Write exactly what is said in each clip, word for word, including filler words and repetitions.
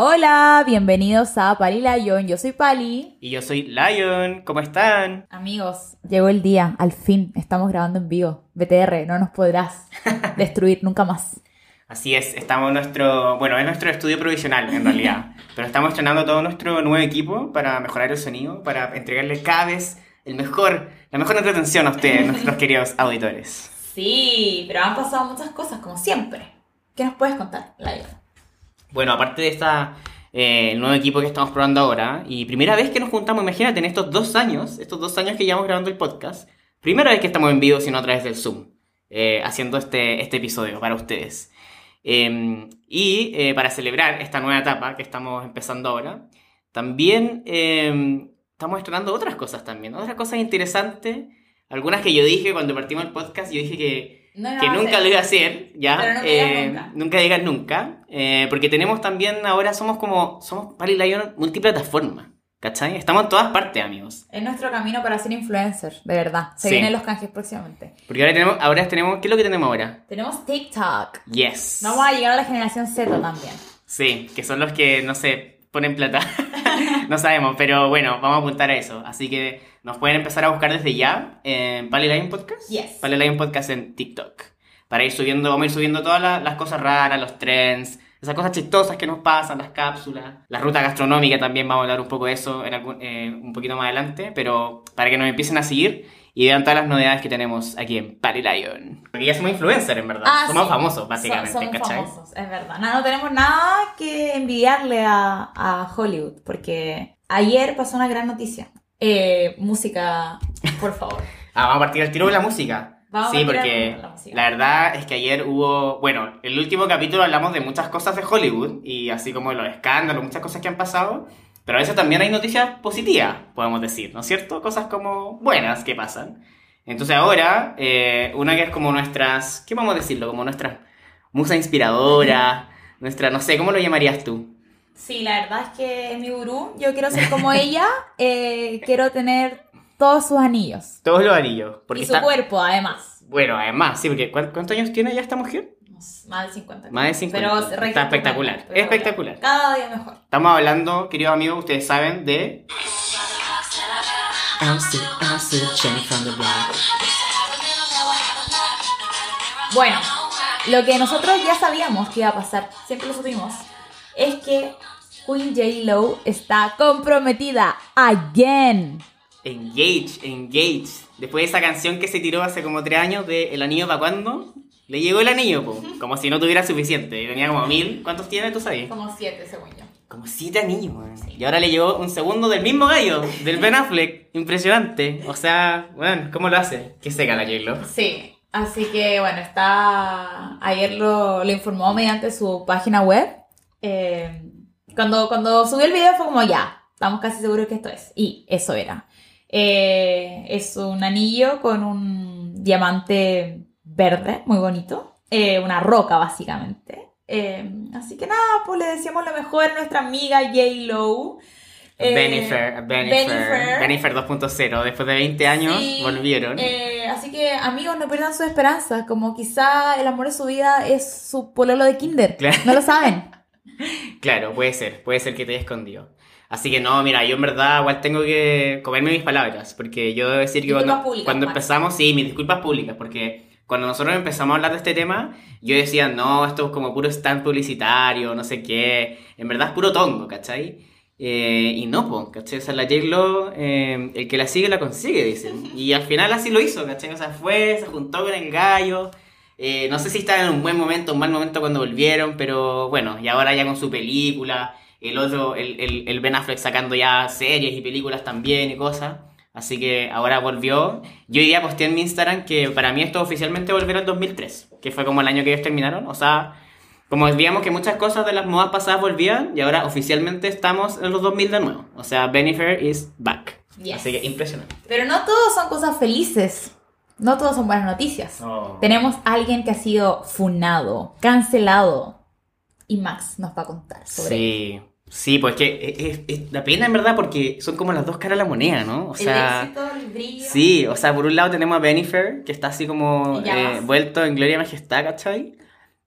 Hola, hola, bienvenidos a Pali Lion, yo soy Pali. Y yo soy Lion, ¿cómo están? Amigos, llegó el día, al fin, estamos grabando en vivo. B T R, no nos podrás destruir nunca más. Así es, estamos en nuestro, bueno, es nuestro estudio provisional en realidad, pero estamos estrenando todo nuestro nuevo equipo para mejorar el sonido, para entregarles cada vez el mejor, la mejor entretención a ustedes, nuestros queridos auditores. Sí, pero han pasado muchas cosas, como siempre. ¿Qué nos puedes contar, Lion? Bueno, aparte de esta, eh, el nuevo equipo que estamos probando ahora, y primera vez que nos juntamos, imagínate, en estos dos años, estos dos años que llevamos grabando el podcast, primera vez que estamos en vivo, sino a través del Zoom, eh, haciendo este, este episodio para ustedes. Eh, y eh, para celebrar esta nueva etapa que estamos empezando ahora, también eh, estamos estrenando otras cosas también, otras cosas interesantes, algunas que yo dije cuando partimos el podcast, yo dije que, no que nunca lo iba a hacer, ¿ya? Pero no eh, digas nunca. Nunca digas nunca, eh, porque tenemos también, ahora somos como, somos Pali Lion multiplataforma, ¿cachai? Estamos en todas partes, amigos. Es nuestro camino para ser influencer, de verdad. Se Sí. vienen los canjes próximamente. Porque ahora tenemos, ahora tenemos, ¿qué es lo que tenemos ahora? Tenemos TikTok. Yes. Vamos a llegar a la generación Z también. Sí, que son los que, no sé, ponen plata. No sabemos, pero bueno, vamos a apuntar a eso. Así que nos pueden empezar a buscar desde ya en Pali Lion Podcast. Yes. Pali Lion Podcast en TikTok. Para ir subiendo, vamos a ir subiendo todas las, las cosas raras, los trends, esas cosas chistosas que nos pasan, las cápsulas. La ruta gastronómica también vamos a hablar un poco de eso en algún, eh, un poquito más adelante. Pero para que nos empiecen a seguir y vean todas las novedades que tenemos aquí en Pali Lion. Porque ya somos influencers, en verdad. Ah, somos sí. famosos, básicamente, So- somos ¿cachai? famosos, es verdad. No, no tenemos nada que envidiarle a, a Hollywood, porque ayer pasó una gran noticia. Eh, música, por favor. Ah, vamos a partir al tiro de la música. Vamos sí, a partir porque al- la música. la verdad es que ayer hubo... Bueno, el último capítulo hablamos de muchas cosas de Hollywood, y así como de los escándalos, muchas cosas que han pasado, pero a veces también hay noticias positivas, podemos decir, ¿no es cierto? Cosas como buenas que pasan. Entonces ahora, eh, una que es como nuestras... ¿Qué vamos a decirlo? Como nuestra musa inspiradora, nuestra... No sé, ¿cómo lo llamarías tú? Sí, la verdad es que es mi gurú. Yo quiero ser como ella. eh, quiero tener todos sus anillos. Todos los anillos. Porque Y su está... cuerpo, además. Bueno, además, sí, porque ¿cuántos, cuántos años tiene ya esta mujer? Más de cincuenta. Más de cincuenta. Pero Está regio espectacular, estupendo, espectacular. Cada día mejor. Estamos hablando, queridos amigos, ustedes saben de... Bueno, lo que nosotros ya sabíamos que iba a pasar, siempre lo supimos, es que Queen J-Lo está comprometida again. Engage, Engage. Después de esa canción que se tiró hace como tres años de ¿El anillo para cuándo? Le llegó el anillo, po. Como si no tuviera suficiente. Y tenía como mil. ¿Cuántos tiene, tú sabes? Como siete, según yo. Como siete anillos, man. Y ahora le llegó un segundo del mismo gallo, del Ben Affleck. Impresionante. O sea, bueno, ¿cómo lo hace? Qué seca la J-Lo. Sí, así que bueno, está... Ayer lo, lo informó mediante su página web. Eh, cuando, cuando subió el video fue como ya, estamos casi seguros que esto es. Y eso era. Eh, es un anillo con un diamante verde, muy bonito. Eh, una roca, básicamente. Eh, así que nada, pues le deseamos lo mejor a nuestra amiga J-Lo. Eh, Bennifer, Bennifer. Bennifer, Bennifer dos punto cero. Después de veinte años Sí, volvieron. eh, así que, amigos, no pierdan sus esperanzas. Como quizá el amor de su vida es su pololo de kinder. Claro. No lo saben. Claro, puede ser, puede ser que te haya escondido. Así que no, mira, yo en verdad igual tengo que comerme mis palabras, porque yo debo decir que Disculpas cuando, públicas, cuando Juan. empezamos, sí, mis disculpas públicas, porque cuando nosotros empezamos a hablar de este tema, yo decía, no, esto es como puro stand publicitario, no sé qué, en verdad es puro tongo, ¿cachai? Eh, y no, pues, ¿cachai? O sea, la J-Lo, eh, el que la sigue la consigue, dicen. Y al final así lo hizo, ¿cachai? O sea, fue, se juntó con el gallo. Eh, no sé si estaba en un buen momento, un mal momento cuando volvieron, pero bueno, y ahora ya con su película, el otro, el, el, el Ben Affleck sacando ya series y películas también y cosas. Así que ahora volvió. Yo hoy día posté en mi Instagram que para mí esto oficialmente volvió al dos mil tres, que fue como el año que ellos terminaron. O sea, como veíamos que muchas cosas de las modas pasadas volvían, y ahora oficialmente estamos en los dos mil de nuevo. O sea, Bennifer is back. Yes. Así que impresionante. Pero no todos son cosas felices. No todos son buenas noticias. Oh. Tenemos a alguien que ha sido funado, cancelado. Y Max nos va a contar sobre Sí, sí, pues que es, es, es la pena en verdad porque son como las dos caras de la moneda, ¿no? O sea, el éxito, el brillo. sí, o sea, por un lado tenemos a Bennifer, que está así como En llamas. eh, vuelto en gloria y majestad, ¿cachai?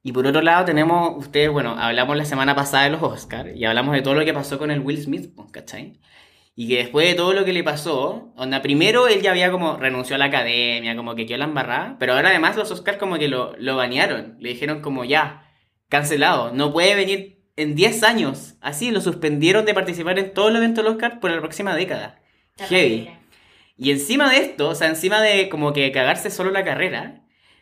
Y por otro lado tenemos, ustedes, bueno, hablamos la semana pasada de los Oscars y hablamos de todo lo que pasó con el Will Smith, ¿cachai? Y que después de todo lo que le pasó, onda, primero él ya había como renunció a la academia, como que quedó la embarrada, pero ahora además los Oscars como que lo, lo banearon, le dijeron como ya, cancelado, no puede venir en diez años, así, lo suspendieron de participar en todos los eventos del Oscar por la próxima década. Heavy. Y encima de esto, o sea, encima de como que cagarse solo la carrera,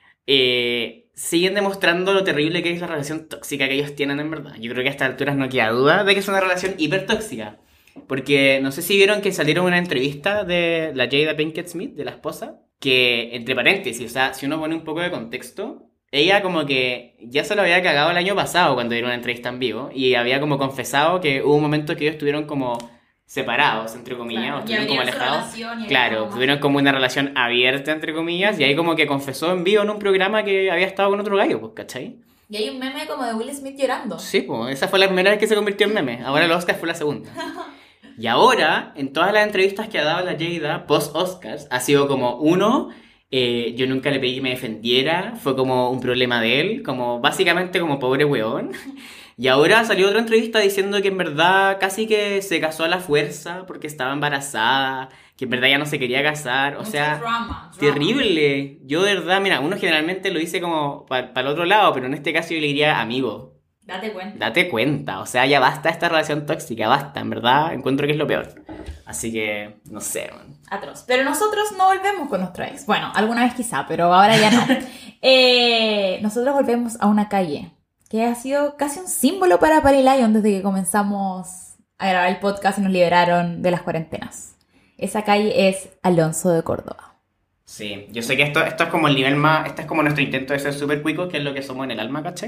eh, siguen demostrando lo terrible que es la relación tóxica que ellos tienen en verdad. Yo creo que a estas alturas no queda duda de que es una relación hiper tóxica. Porque no sé si vieron que salieron una entrevista de la Jada Pinkett Smith, de la esposa, que, entre paréntesis, o sea, si uno pone un poco de contexto, ella como que ya se lo había cagado el año pasado cuando dieron una entrevista en vivo, y había como confesado que hubo un momento que ellos estuvieron como separados, entre comillas, Claro, o estuvieron como alejados. Relación, Claro, como tuvieron como una relación abierta, entre comillas, y ahí como que confesó en vivo en un programa que había estado con otro gallo, pues, ¿cachai? Y hay un meme como de Will Smith llorando. Sí, pues, esa fue la primera vez que se convirtió en meme, ahora el Oscar fue la segunda. Y ahora, en todas las entrevistas que ha dado la Jada post-Oscars, ha sido como, uno, eh, yo nunca le pedí que me defendiera, fue como un problema de él, como básicamente como pobre weón. Y ahora salió otra entrevista diciendo que en verdad casi que se casó a la fuerza porque estaba embarazada, que en verdad ya no se quería casar, o Mucho sea, drama, drama. terrible. Yo de verdad, mira, uno generalmente lo dice como para el otro lado, pero en este caso yo le diría, amigo, Date cuenta. date cuenta, o sea, ya basta esta relación tóxica, basta, en verdad, encuentro que es lo peor. Así que, no sé, man. Atroz. Pero nosotros no volvemos con nuestro ex. Bueno, alguna vez quizá, pero ahora ya no. eh, nosotros volvemos a una calle que ha sido casi un símbolo para Party Lion desde que comenzamos a grabar el podcast y nos liberaron de las cuarentenas. Esa calle es Alonso de Córdoba. Sí, yo sé que esto, esto es como el nivel más, esto es como nuestro intento de ser súper cuicos, que es lo que somos en el alma, ¿cachai?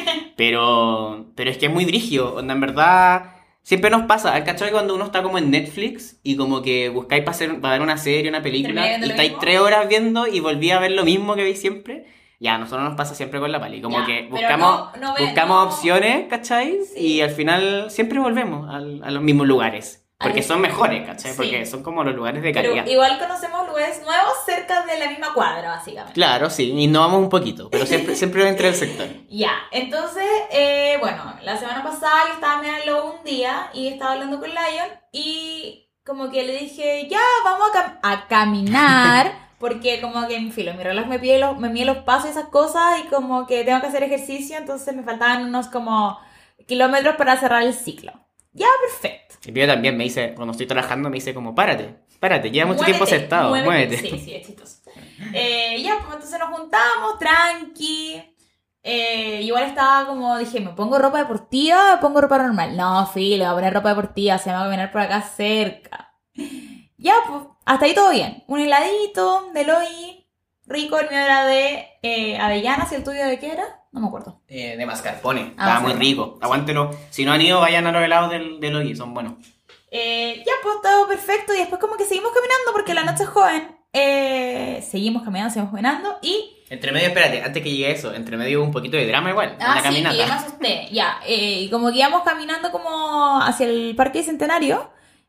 Pero, pero es que es muy brígido, onda, en verdad, siempre nos pasa, ¿cachai? Cuando uno está como en Netflix y como que buscáis para, hacer, para ver una serie, una película, y estáis tres horas viendo y volví a ver lo mismo que veis siempre, ya, a nosotros nos pasa siempre con la pali, como ya, que buscamos, no, no ve, buscamos no... opciones, ¿cachai? Sí. Y al final siempre volvemos al, a los mismos lugares. Porque son mejores, ¿cachai? Sí. Porque son como los lugares de calidad. Pero igual conocemos lugares nuevos cerca de la misma cuadra, básicamente. Claro, sí, innovamos un poquito, pero siempre, siempre dentro del sector. Ya, entonces, eh, bueno, la semana pasada yo estaba mirando un día y estaba hablando con Lion y como que le dije, ya, vamos a, cam a caminar, porque como que, en filo, mi reloj me pide los, me mide los pasos y esas cosas y como que tengo que hacer ejercicio, entonces me faltaban unos como kilómetros para cerrar el ciclo. Ya, perfecto. El mío también me dice, cuando estoy trabajando, me dice como, párate, párate, lleva mucho tiempo sentado, muévete. muévete. Sí, sí, es chistoso. Eh, ya, pues entonces nos juntamos, tranqui. Eh, igual estaba como, dije, ¿me pongo ropa deportiva o me pongo ropa normal? No, filo, me voy a poner ropa deportiva, se me va a caminar por acá cerca. Ya, pues, hasta ahí todo bien. Un heladito de Loi, rico, el mío era de eh, avellanas, ¿y el tuyo de qué era? No me acuerdo. Eh, de mascarpone. Ah, Estaba sí. muy rico. Aguántelo. Si no han ido, vayan a los helados del, del Oye, son buenos. Eh, ya, pues todo perfecto. Y después como que seguimos caminando porque la noche es joven. Eh, seguimos caminando, seguimos caminando y... Entre medio, espérate, antes que llegue a eso, entre medio hubo un poquito de drama igual. Ah, una sí, caminata. y yo me asusté. Ya, eh, y como que íbamos caminando como hacia el Parque Bicentenario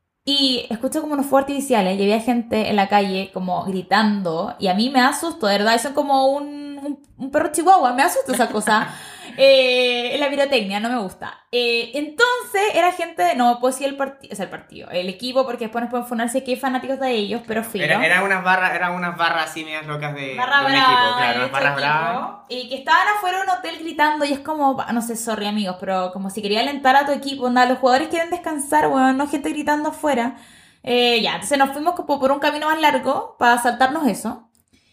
y escucho como unos fuegos artificiales y había gente en la calle como gritando y a mí me asusto, de verdad, eso es como un, un, un perro chihuahua, me asusta esa cosa. eh, la pirotecnia, no me gusta. Eh, entonces era gente, no puedo decir el partido, o sea, el partido, el equipo, porque después nos pueden funar si hay fanáticos de ellos, pero filo. Eran era unas barras, eran unas barras así medias locas de, Barra de un brava, equipo, claro, unas este barras equipo, bravas. y que estaban afuera de un hotel gritando y es como, no sé, sorry amigos, pero como si quería alentar a tu equipo, onda, los jugadores quieren descansar, weón, no gente gritando afuera. Eh, ya, entonces nos fuimos como por un camino más largo para saltarnos eso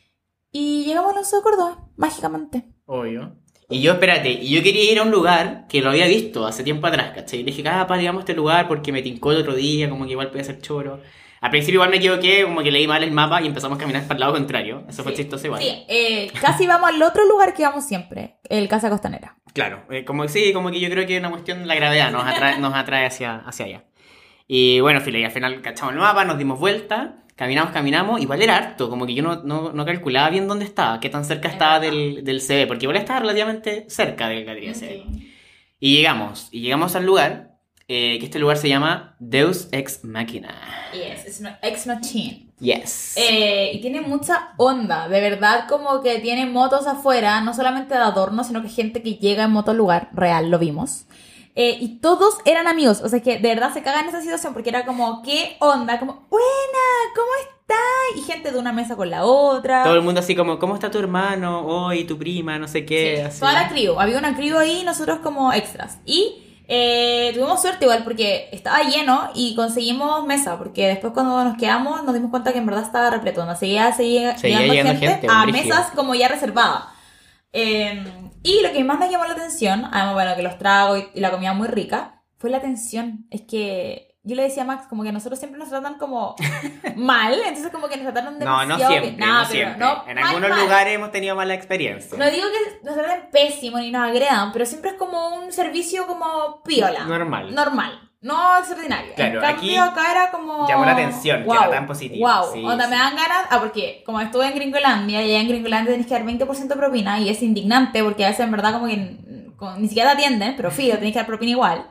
y llegamos a Alonso de Córdoba, mágicamente. Obvio. Y yo, espérate, y yo quería ir a un lugar que lo había visto hace tiempo atrás, ¿cachai? Y le dije, ah, pa, digamos este lugar porque me tincó el otro día, como que igual podía ser choro. Al principio igual me equivoqué, como que leí mal el mapa y empezamos a caminar para el lado contrario. Eso fue Sí. chistoso igual. Sí, eh, casi vamos al otro lugar que vamos siempre, el Casa Costanera. Claro, eh, como sí, como que yo creo que es una cuestión de la gravedad, nos atrae, nos atrae hacia, hacia allá. Y bueno, filo, y al final cachamos el mapa, nos dimos vuelta, caminamos, caminamos, igual era harto, como que yo no, no, no calculaba bien dónde estaba, qué tan cerca estaba del, del C B, porque igual estaba relativamente cerca del galería C B. Sí. Y llegamos, y llegamos al lugar, eh, que este lugar se llama Deus Ex Machina. Yes, it's not, Ex Machine. Yes. Eh, y tiene mucha onda, de verdad, como que tiene motos afuera, no solamente de adorno, sino que gente que llega en moto al lugar, real, lo vimos. Eh, y todos eran amigos, o sea que de verdad se cagan en esa situación porque era como, ¿qué onda? Como, buena, ¿cómo estás? Y gente de una mesa con la otra. Todo el mundo así como, ¿cómo está tu hermano? Hoy, tu prima, no sé qué. Sí, así. toda la crew, había una crew ahí y nosotros como extras. Y eh, tuvimos suerte igual porque estaba lleno y conseguimos mesa, porque después cuando nos quedamos nos dimos cuenta que en verdad estaba repleto, donde seguía, seguía, Seguía llegando llegando gente, gente, a brígido. mesas como ya reservadas. Eh, y lo que más nos llamó la atención, además bueno, que los tragos y, y la comida muy rica, fue la atención. Es que yo le decía a Max como que nosotros siempre nos tratan como mal, entonces como que nos trataron No, demasiado no siempre, bien. Nah, no pero siempre. no, en mal, algunos mal. lugares hemos tenido mala experiencia. No digo que nos traten pésimo ni nos agredan, pero siempre es como un servicio como piola. Normal. Normal. No extraordinario. Claro, en cambio, aquí acá era como... llamó la atención, que wow, era tan positivo. Wow. Sí, Onda, sí. me dan ganas... Ah, porque como estuve en Gringolandia, y allá en Gringolandia tenés que dar veinte por ciento de propina, y es indignante, porque a veces en verdad como que como, ni siquiera te atienden, pero fío, tenés que dar propina igual.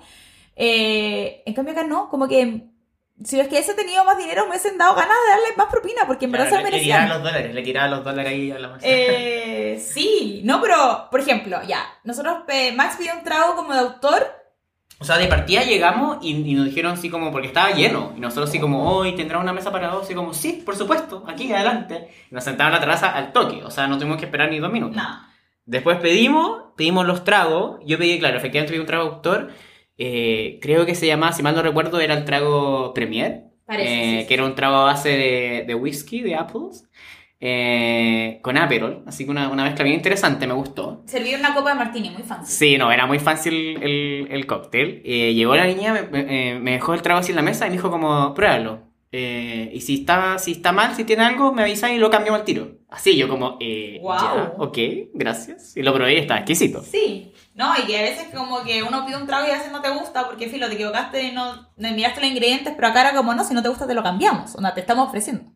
Eh, en cambio acá no, como que... Si es que hubiese tenido más dinero, me hubiesen dado ganas de darle más propina, porque en verdad Claro, se lo le, le tiraba merecían. los dólares, le tiraba los dólares ahí a la masa. Eh, sí, no, pero, por ejemplo, ya, nosotros, eh, Max pidió un trago como de autor. O sea, de partida llegamos y, y nos dijeron así como, porque estaba lleno. Y nosotros así como, hoy tendrá una mesa para dos. Y como, sí, por supuesto, aquí, adelante. Y nos sentaron en la terraza al toque. O sea, no tuvimos que esperar ni dos minutos. No. Después pedimos, pedimos los tragos. Yo pedí, claro, efectivamente pedí un trago autor. Eh, creo que se llamaba, si mal no recuerdo, era el trago Premier. Parece, eh, sí, sí. Que era un trago a base de, de whisky, de apples. Eh, con Aperol. Así que una, una mezcla bien interesante, me gustó. Serví una copa de martini, muy fancy. Sí, no, era muy fácil el, el cóctel. Eh, llegó la niña, me, me- me dejó el trago así en la mesa y me dijo como, pruébalo. Eh, y si está, si está mal, si tiene algo, me avisa y lo cambiamos al tiro. Así, yo como, eh, Guau. ya, ok, gracias. Y lo probé y estaba exquisito. Sí. No, y que a veces como que uno pide un trago y a veces no te gusta porque, filo, te equivocaste y no, no miraste los ingredientes, pero acá era como, no, si no te gusta te lo cambiamos. Onda, te estamos ofreciendo.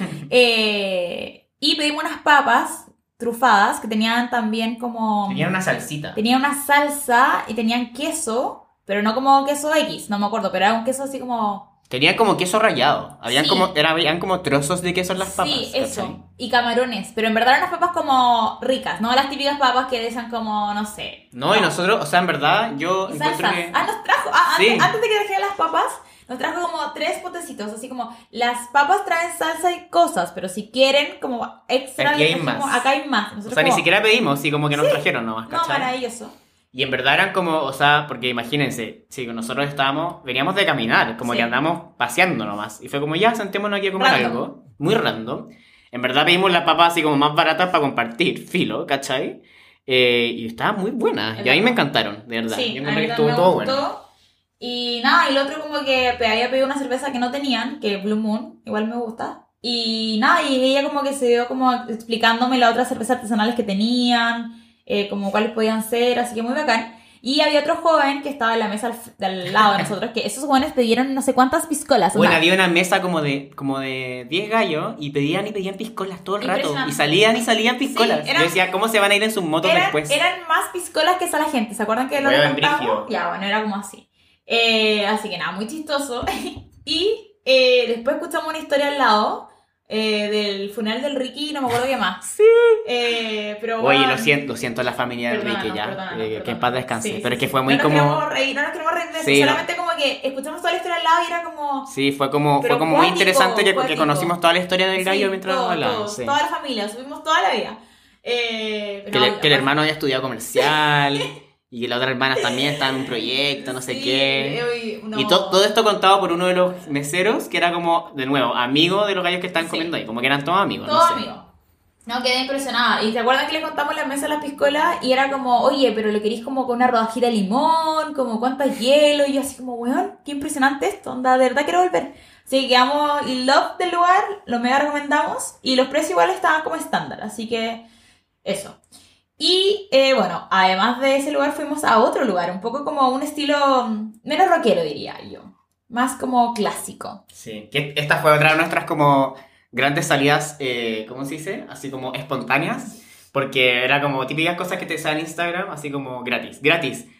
eh, y pedimos unas papas trufadas que tenían también como... Tenía una salsita. Tenían una salsa y tenían queso, pero no como queso X, no me acuerdo, pero era un queso así como... Tenía como queso rallado. Habían, Sí. como, era, habían como trozos de queso en las papas. Sí, ¿cachai? eso. Y camarones. Pero en verdad eran unas papas como ricas, no las típicas papas que dejan como, no sé. No, y nosotros, o sea, en verdad, yo Y encuentro salsas. que... Ah, nos trajo. Ah, Sí. antes, antes de que dejara las papas, nos trajo como tres potecitos. Así como, las papas traen salsa y cosas, pero si quieren como extra, Aquí le hay trajimos- más. acá hay más. O Nosotros sea, ni como, siquiera pedimos, sí, como que nos trajeron nomás, no, ¿cachai? maravilloso. Y en verdad eran como, o sea, porque imagínense, si nosotros estábamos, veníamos de caminar, como Sí. que andamos paseando nomás. Y fue como, ya, sentémonos aquí a comer Random. algo. Muy random. En verdad pedimos las papas así como más baratas para compartir, filo, ¿cachai? Eh, y estaban muy buenas. Es Y a mí me verdad. encantaron, de verdad. Sí, Yo a mí encontré que también estuvo me todo gustó. bueno. Y nada, y lo otro como que pe- había pedido una cerveza que no tenían, que Blue Moon, igual me gusta. Y nada, y ella como que se dio como explicándome las otras cervezas artesanales que tenían, eh, como cuáles podían ser, así que muy bacán. Y había otro joven que estaba en la mesa al, f- al lado de nosotros, que esos jóvenes pidieron no sé cuántas piscolas. Bueno, onda. había una mesa como de como de diez gallos y pedían y pedían piscolas todo el rato. Impresionante. Y salían y salían piscolas. Sí, eran- Yo decía, ¿cómo se van a ir en sus motos eran, después? eran más piscolas que esa la gente, ¿se acuerdan que lo Huevo en contamos? brigio. Ya, bueno, era como así. Eh, así que nada, muy chistoso. Y eh, después escuchamos una historia al lado eh, del funeral del Ricky y no me acuerdo qué más. Sí. Eh, pero Oye, bueno, lo siento, lo siento a la familia de perdónanos, Enrique ya. perdónanos, eh, que perdónanos. en paz descanse. Sí, pero sí, es que sí. fue muy no como. Nos queremos reír, no nos queremos reír de eso, Sí, no. solamente como que escuchamos toda la historia al lado y era como... Sí, fue como, Pero fue como muy cuático, interesante que, que cuático. conocimos toda la historia del gallo Sí, mientras todo, hablábamos. todo, sí. toda la familia, subimos toda la vida. Eh, Que, pero le- no, que el aparte- hermano había estudiado comercial y que las otras hermanas también estaban en un proyecto, no sé Sí, qué. eh, no. Y to- todo esto contado por uno de los meseros que era como, de nuevo, amigo de los gallos que estaban Sí. comiendo ahí. Como que eran todos amigos. Todo no sé. amigo. No, quedé impresionada. Y ¿te acuerdan que le contamos la mesa de las piscolas? Y era como, oye, pero lo queréis como con una rodajita de limón, como cuántas hielo. Y yo así como, weón, qué impresionante esto. Onda, de verdad quiero volver. Así que quedamos in love del lugar, lo mega recomendamos. Y los precios igual estaban como estándar. Así que, eso. Y eh, bueno, además de ese lugar fuimos a otro lugar, un poco como un estilo mm, menos rockero, diría yo. Más como clásico. Sí, que esta fue otra de nuestras como grandes salidas, eh, ¿cómo se dice? Así como espontáneas, porque era como típicas cosas que te salen en Instagram, así como gratis, gratis,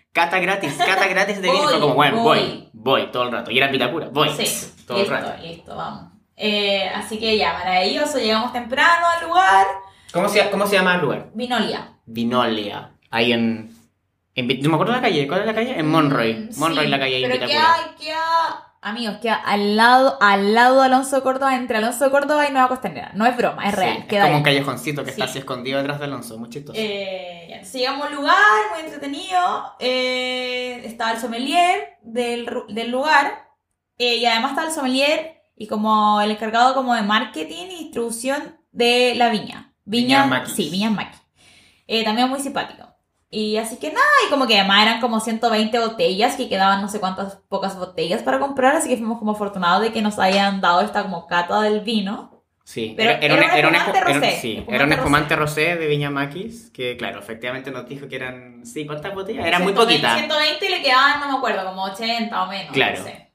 cata gratis, cata gratis de vino. Y fue como, bueno, voy, voy todo el rato. Y era Vitacura, voy, sí, todo listo, el rato. Listo, vamos. Eh, así que ya, maravilloso, llegamos temprano al lugar. ¿Cómo se, cómo se llama el lugar? Vinolia. Vinolia. Ahí en... en no me acuerdo la calle. ¿Cuál es la calle? En Monroy. Mm, Monroy sí, la calle ahí en pero Vitacura. queda, queda... Amigos, queda al lado, al lado de Alonso de Córdoba, entre Alonso de Córdoba y Nueva Costanera. No es broma, es real. Sí, queda es como ahí. un callejoncito que Sí. está así escondido detrás de Alonso. Muy chistoso. Eh, entonces llegamos a un lugar muy entretenido. Eh, estaba el sommelier del, del lugar. Eh, y además estaba el sommelier y como el encargado como de marketing y distribución de la viña. Viña, Viñas Maquis. Sí, Viñas Maquis. Eh, también muy simpático. Y así que nada, y como que además eran como ciento veinte botellas, que quedaban no sé cuántas pocas botellas para comprar, así que fuimos como afortunados de que nos hayan dado esta como cata del vino. Sí, Pero era, era, un, era, un, espumante era, rosé, sí, espumante era un espumante rosé. rosé de Viña Maquis, que claro, efectivamente nos dijo que eran, sí, ¿cuántas botellas? Eran muy ciento veinte, poquitas. ciento veinte y le quedaban, no me acuerdo, como ochenta o menos. Claro. No sé.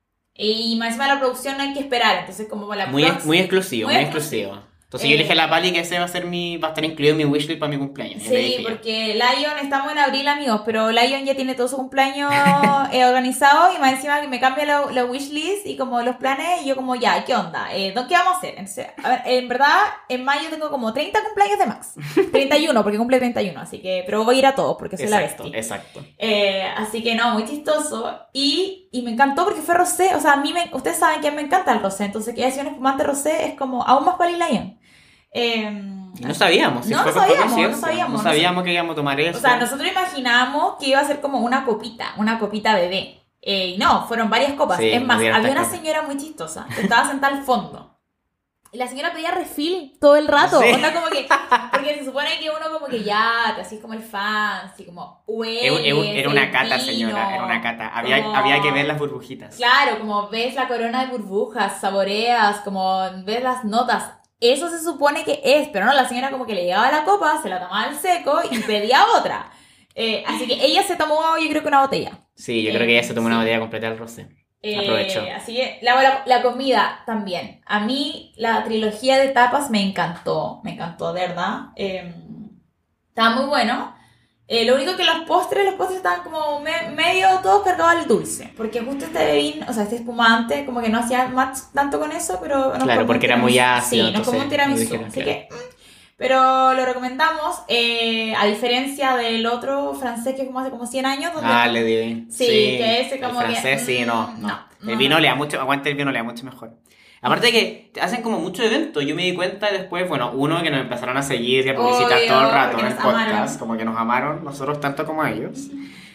Y más encima de la producción no hay que esperar, entonces como la Muy, próxima- muy exclusivo, muy, muy exclusivo. exclusivo. Entonces Eh, yo le dije a la Pali que ese va a ser mi, va a estar incluido en mi wishlist para mi cumpleaños. Yo le Sí, dije ya. porque Lion, estamos en abril, amigos, pero Lion ya tiene todo su cumpleaños eh, organizado y más encima que me cambia la, la wishlist y como los planes y yo como ya, ¿qué onda? Eh, ¿Qué vamos a hacer? Entonces, a ver, en verdad, en mayo tengo como treinta cumpleaños de Max. treinta y uno, porque cumple treinta y uno, así que, pero voy a ir a todos porque soy Exacto, la bestia. exacto. Eh, así que no, muy chistoso. Y, y me encantó porque fue rosé. O sea, a mí me, ustedes saben que me encanta el rosé. Entonces, que haya sido un espumante rosé es como aún más Pali Lion. Eh, No sabíamos, si No, fue, no fue sabíamos, coincidencia. no sabíamos, No no sabíamos que íbamos a tomar eso. o sea, nosotros imaginamos que iba a ser como una copita, una copita bebé. Eh, y no, fueron varias copas. Sí, es más, había había hartas una copas. señora muy chistosa que estaba sentada al fondo. Y la señora pedía refill todo el rato. Sí. Onda como que, porque se supone que uno como que ya, te hacís como el fan, así como hueles Era, era- era una el cata, vino, señora, era una cata. Había, como- había que ver las burbujitas. Claro, como ves la corona de burbujas, saboreas, como ves las notas. Eso se supone que es, pero no, la señora como que le llegaba la copa, se la tomaba al seco y pedía otra. Eh, así que ella se tomó, yo creo que una botella. Sí, yo Eh, creo que ella se tomó una sí. botella completa del rosé. Eh, Aprovechó. Así que la, la, la comida también. A mí la trilogía de tapas me encantó. Me encantó, de verdad. Eh, estaba muy bueno. Eh, lo único que los postres, los postres estaban como me- medio todos cargados al dulce. Porque justo este vino, o sea, este espumante, como que no hacía match tanto con eso, pero... nos Claro, comimos porque era un muy tiramisú. ácido, Sí, nos comimos un entonces, tiramisú. lo dijeron, Así claro. que... mm, pero lo recomendamos, eh, a diferencia del otro francés que fumó hace como cien años. Donde Ah, le di. Sí, que ese el como que, francés, sí, no, mm, no. no, El no, vino no. le da mucho, aguanta el vino le da mucho mejor. Aparte de que hacen como muchos eventos, yo me di cuenta después, bueno, uno que nos empezaron a seguir y a publicitar Obvio, todo el rato porque en el nos podcast, amaron. como que nos amaron, nosotros tanto como ellos.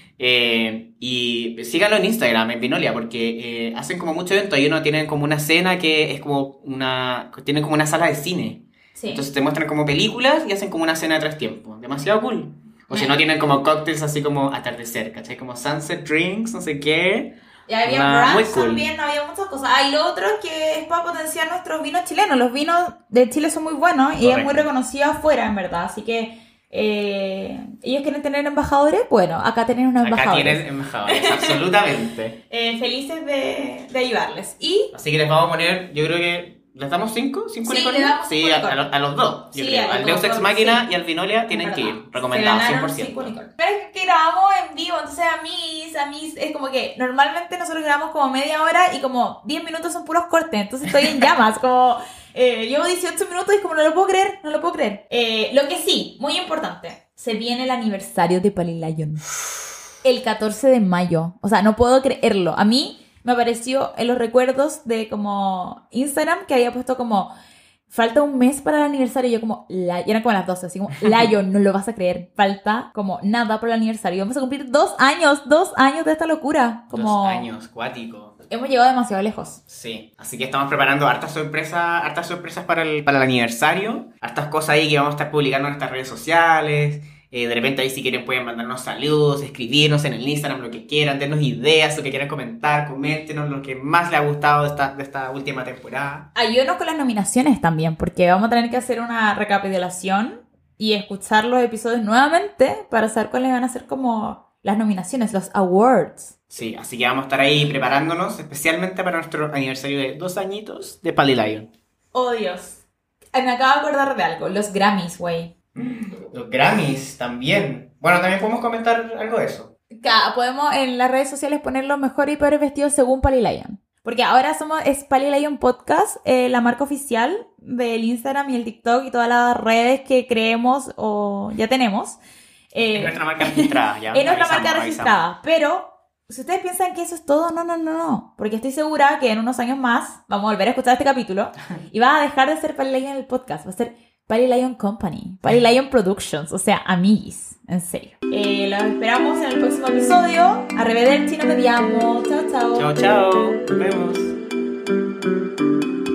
Eh, y síganlo en Instagram, en Vinolia, porque eh, hacen como muchos eventos. Hay uno tienen como una cena que es como una, tienen como una sala de cine. Sí. Entonces te muestran como películas y hacen como una cena de tres tiempos. Demasiado cool. O si Yeah. no, tienen como cócteles así como atardecer, ¿cachai? Como sunset drinks, no sé qué. Y había Una- muy brunch cool. también, había muchas cosas. Ah, y lo otro es que es para potenciar nuestros vinos chilenos. Los vinos de Chile son muy buenos y es Correcto. muy reconocido afuera, en verdad. Así que eh, ellos quieren tener embajadores. Bueno, acá tienen unos Acá embajadores. tienen embajadores, absolutamente. Eh, felices de, de ayudarles. Y Así que les vamos a poner, yo creo que... ¿Les damos cinco? ¿Cinco Sí, unicornios? le damos Sí, cinco a, a unicornios. los, a los dos, yo Sí, creo. a los Al Deus dos, Ex Machina sí. y al Vinolia tienen es que verdad, ir. Recomendado, se cien ganaron por ciento. cinco unicornios. Pero es que grabamos en vivo, entonces a mí, a mí es como que normalmente nosotros grabamos como media hora y como diez minutos son puros cortes, entonces estoy en llamas, como eh, llevo dieciocho minutos y como no lo puedo creer, no lo puedo creer. Eh, lo que sí, muy importante, se viene el aniversario de Pali Lion. El catorce de mayo, o sea, no puedo creerlo. A mí me apareció en los recuerdos de como Instagram que había puesto como... Falta un mes para el aniversario y yo como, la... y eran como las doce, así como, Lion, no lo vas a creer, falta como nada para el aniversario, vamos a cumplir dos años, dos años de esta locura, como Dos años, cuático. hemos llegado demasiado lejos. Sí, así que estamos preparando hartas sorpresas, hartas sorpresas para el, para el aniversario, hartas cosas ahí que vamos a estar publicando en nuestras redes sociales. Eh, de repente ahí si quieren pueden mandarnos saludos, escribirnos en el Instagram, lo que quieran, darnos ideas, lo que quieran comentar, coméntenos lo que más les ha gustado de esta, de esta última temporada. Ayúdenos con las nominaciones también, porque vamos a tener que hacer una recapitulación y escuchar los episodios nuevamente para saber cuáles van a ser como las nominaciones, los awards. Sí, así que vamos a estar ahí preparándonos especialmente para nuestro aniversario de dos añitos de Pali Lion. Oh Dios, me acabo de acordar de algo, los Grammys, güey. Los Grammys también. Bueno, también podemos comentar algo de eso. Ca- podemos en las redes sociales poner los mejores y peores vestidos según Pali Lion. Porque ahora somos, es Pali Lion Podcast, eh, la marca oficial del Instagram y el TikTok y todas las redes que creemos o ya tenemos. Eh, Es nuestra marca registrada, ya. es nuestra avisamos, marca avisamos. registrada. Pero si ustedes piensan que eso es todo, no, no, no, no. Porque estoy segura que en unos años más vamos a volver a escuchar este capítulo y va a dejar de ser Pali Lion el podcast. Va a ser Pali Lion Company, Pali Lion Productions, o sea, amiguis, en serio. Eh, los esperamos en el próximo episodio. Arrivederci, nos vediamo. Chao, chao. Chao, chao. Nos vemos.